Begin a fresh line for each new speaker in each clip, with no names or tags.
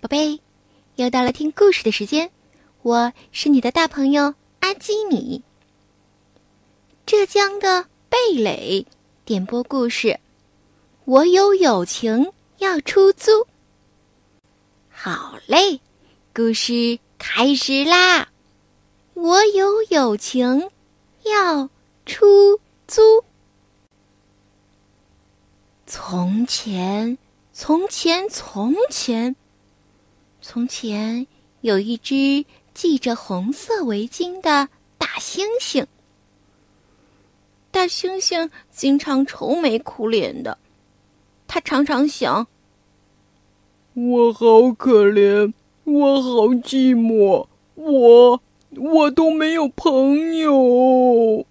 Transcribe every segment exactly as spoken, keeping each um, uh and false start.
宝贝，又到了听故事的时间，我是你的大朋友阿基米。浙江的贝蕾点播故事，我有友情要出租。好嘞，故事开始啦！我有友情要出租。从前，从前，从前，从前有一只系着红色围巾的大猩猩。大猩猩经常愁眉苦脸的，他常常想：
我好可怜，我好寂寞，我我都没有朋友。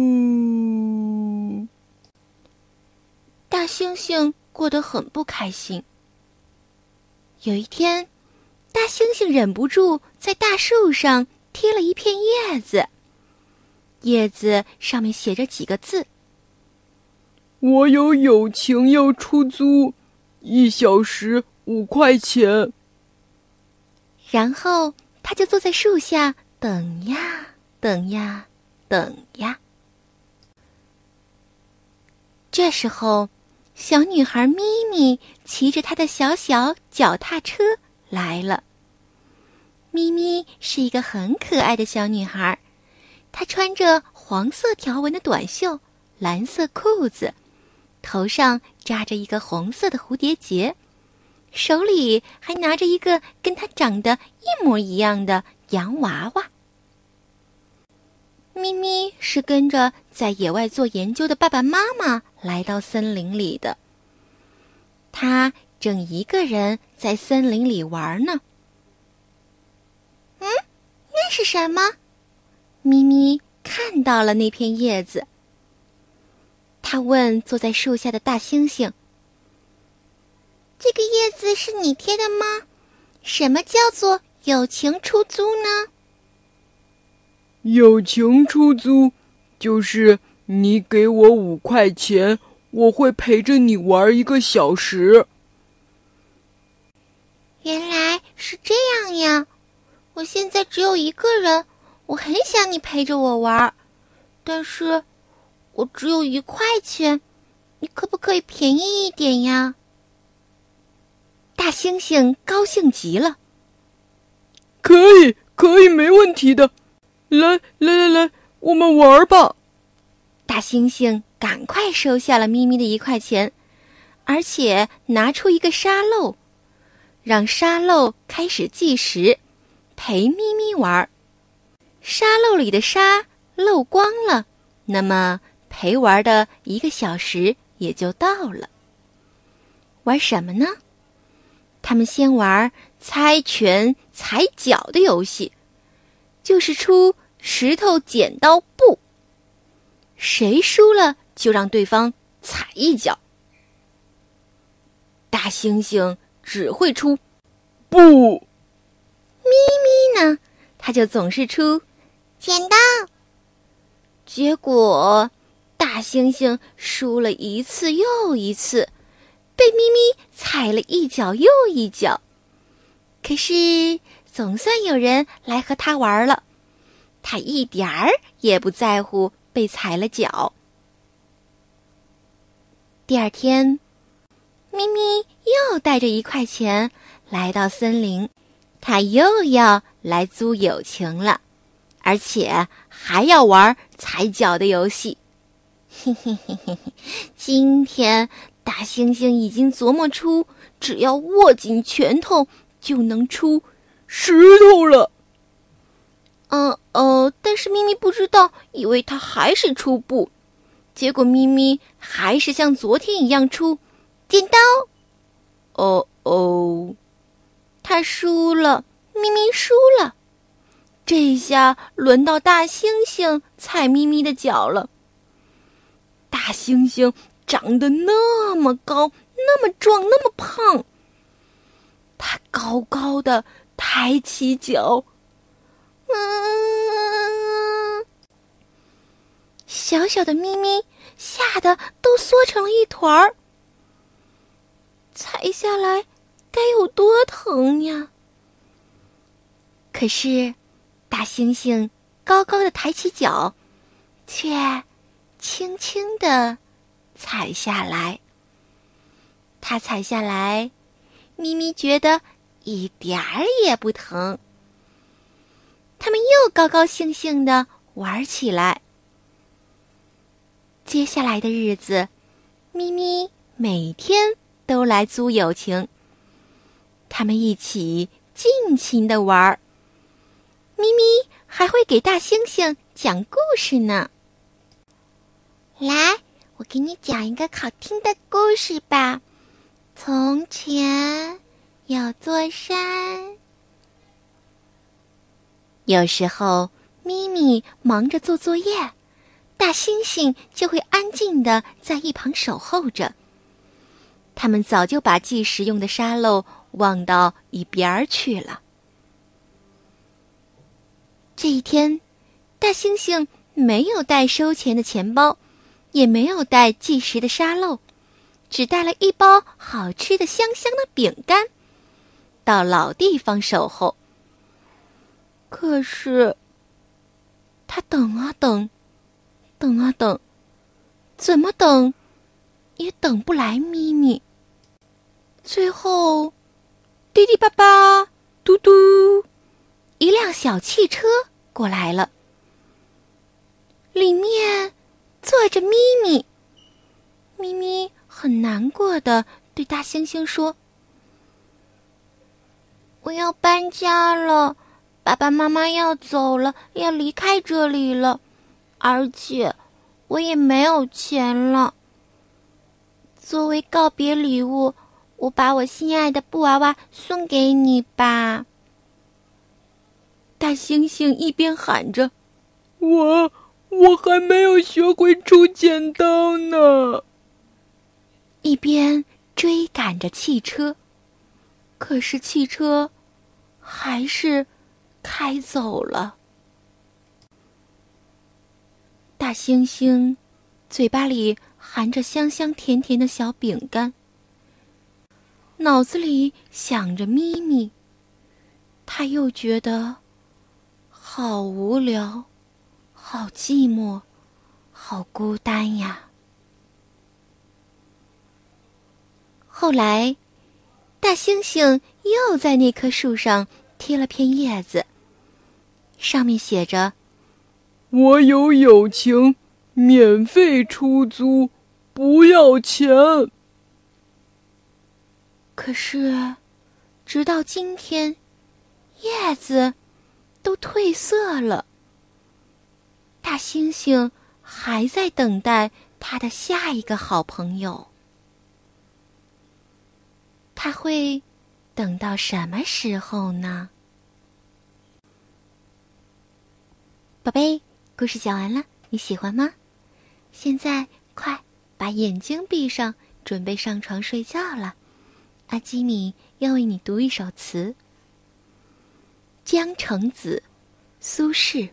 嗯，
大猩猩过得很不开心。有一天，大猩猩忍不住在大树上贴了一片叶子，叶子上面写着几个字：
我有友情要出租，一小时五块钱。
然后他就坐在树下等呀等呀等呀。这时候，小女孩咪咪骑着她的小小脚踏车来了。咪咪是一个很可爱的小女孩，她穿着黄色条纹的短袖，蓝色裤子，头上扎着一个红色的蝴蝶结，手里还拿着一个跟她长得一模一样的洋娃娃。咪咪是跟着在野外做研究的爸爸妈妈来到森林里的。她正一个人在森林里玩呢。嗯，那是什么？咪咪看到了那片叶子。她问坐在树下的大猩猩：这个叶子是你贴的吗？什么叫做友情出租呢？
友情出租就是你给我五块钱，我会陪着你玩一个小时。
原来是这样呀！我现在只有一个人，我很想你陪着我玩，但是我只有一块钱，你可不可以便宜一点呀？大猩猩高兴极了。
可以，可以，没问题的。来来来来，我们玩吧。
大猩猩赶快收下了咪咪的一块钱，而且拿出一个沙漏，让沙漏开始计时，陪咪咪玩。沙漏里的沙漏光了，那么陪玩的一个小时也就到了。玩什么呢？他们先玩猜拳踩脚的游戏，就是出石头剪刀布，谁输了就让对方踩一脚。大猩猩只会出
不，
咪咪呢，他就总是出剪刀。结果大猩猩输了一次又一次，被咪咪踩了一脚又一脚。可是总算有人来和他玩了，他一点儿也不在乎被踩了脚。第二天，咪咪又带着一块钱来到森林，他又要来租友情了，而且还要玩踩脚的游戏。嘿嘿嘿嘿嘿，今天大猩猩已经琢磨出，只要握紧拳头就能出
石头了。
嗯呃，但是咪咪不知道，以为他还是出布，结果咪咪还是像昨天一样出剪刀。哦哦，他输了，咪咪输了。这下轮到大猩猩踩咪咪的脚了。大猩猩长得那么高，那么壮，那么胖，他高高的抬起脚，嗯，小小的咪咪吓得都缩成了一团儿。踩下来该有多疼呀。可是，大猩猩高高的抬起脚，却轻轻地踩下来。它踩下来，咪咪觉得一点儿也不疼。他们又高高兴兴地玩起来。接下来的日子，咪咪每天都来租友情。他们一起尽情地玩。咪咪还会给大猩猩讲故事呢。来，我给你讲一个好听的故事吧。从前有座山。有时候咪咪忙着做作业，大猩猩就会安静地在一旁守候着。他们早就把计时用的沙漏忘到一边儿去了。这一天，大猩猩没有带收钱的钱包，也没有带计时的沙漏，只带了一包好吃的香香的饼干，到老地方守候。可是，他等啊等，等啊等，怎么等，也等不来咪咪。最后，滴滴吧吧，嘟嘟，一辆小汽车过来了。里面坐着咪咪。咪咪很难过的对大猩猩说：“我要搬家了，爸爸妈妈要走了，要离开这里了，而且我也没有钱了。作为告别礼物，我把我心爱的布娃娃送给你吧。”大猩猩一边喊着：“
我我还没有学会出剪刀呢。”
一边追赶着汽车。可是汽车还是开走了。大猩猩嘴巴里含着香香甜甜的小饼干，脑子里想着咪咪，他又觉得好无聊，好寂寞，好孤单呀。后来，大猩猩又在那棵树上贴了片叶子，上面写着：“
我有友情，免费出租，不要钱。”
可是，直到今天，叶子都褪色了。大猩猩还在等待他的下一个好朋友。他会等到什么时候呢？宝贝，故事讲完了，你喜欢吗？现在快把眼睛闭上，准备上床睡觉了。阿基米要为你读一首词。江城子，苏轼。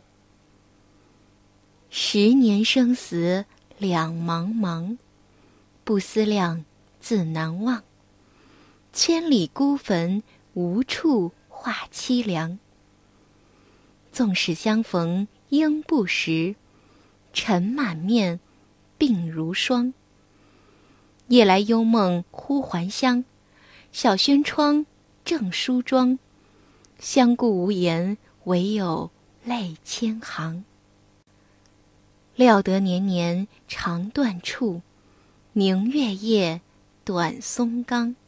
十年生死两茫茫，不思量，自难忘。千里孤坟，无处话凄凉。纵使相逢应不识，尘满面，鬓如霜。夜来幽梦忽还乡，小轩窗，正梳妆。相顾无言，唯有泪千行。料得年年肠断处，明月夜，短松冈。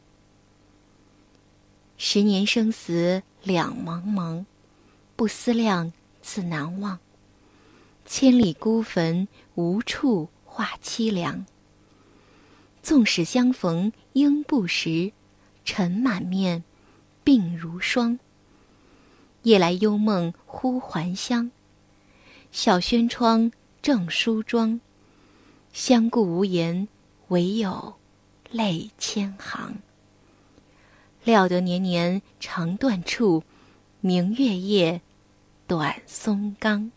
十年生死两茫茫，不思量，自难忘。千里孤坟，无处话凄凉。纵使相逢应不识，尘满面，鬓如霜。夜来幽梦忽还乡，小轩窗，正梳妆。相顾无言，唯有泪千行。料得年年肠断处，明月夜，短松冈。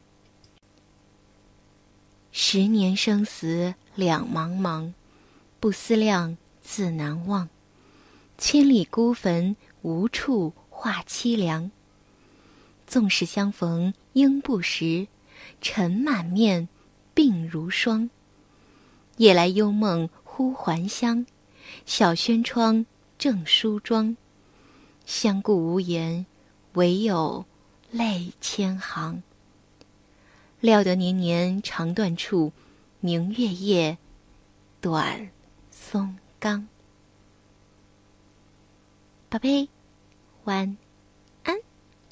十年生死两茫茫，不思量，自难忘。千里孤坟， 无处话凄凉。纵使相逢应不识，尘满面，鬓如霜。夜来幽梦忽还乡，小轩窗，正梳妆。相顾无言，唯有泪千行。料得年年肠断处，明月夜，短松冈。宝贝，晚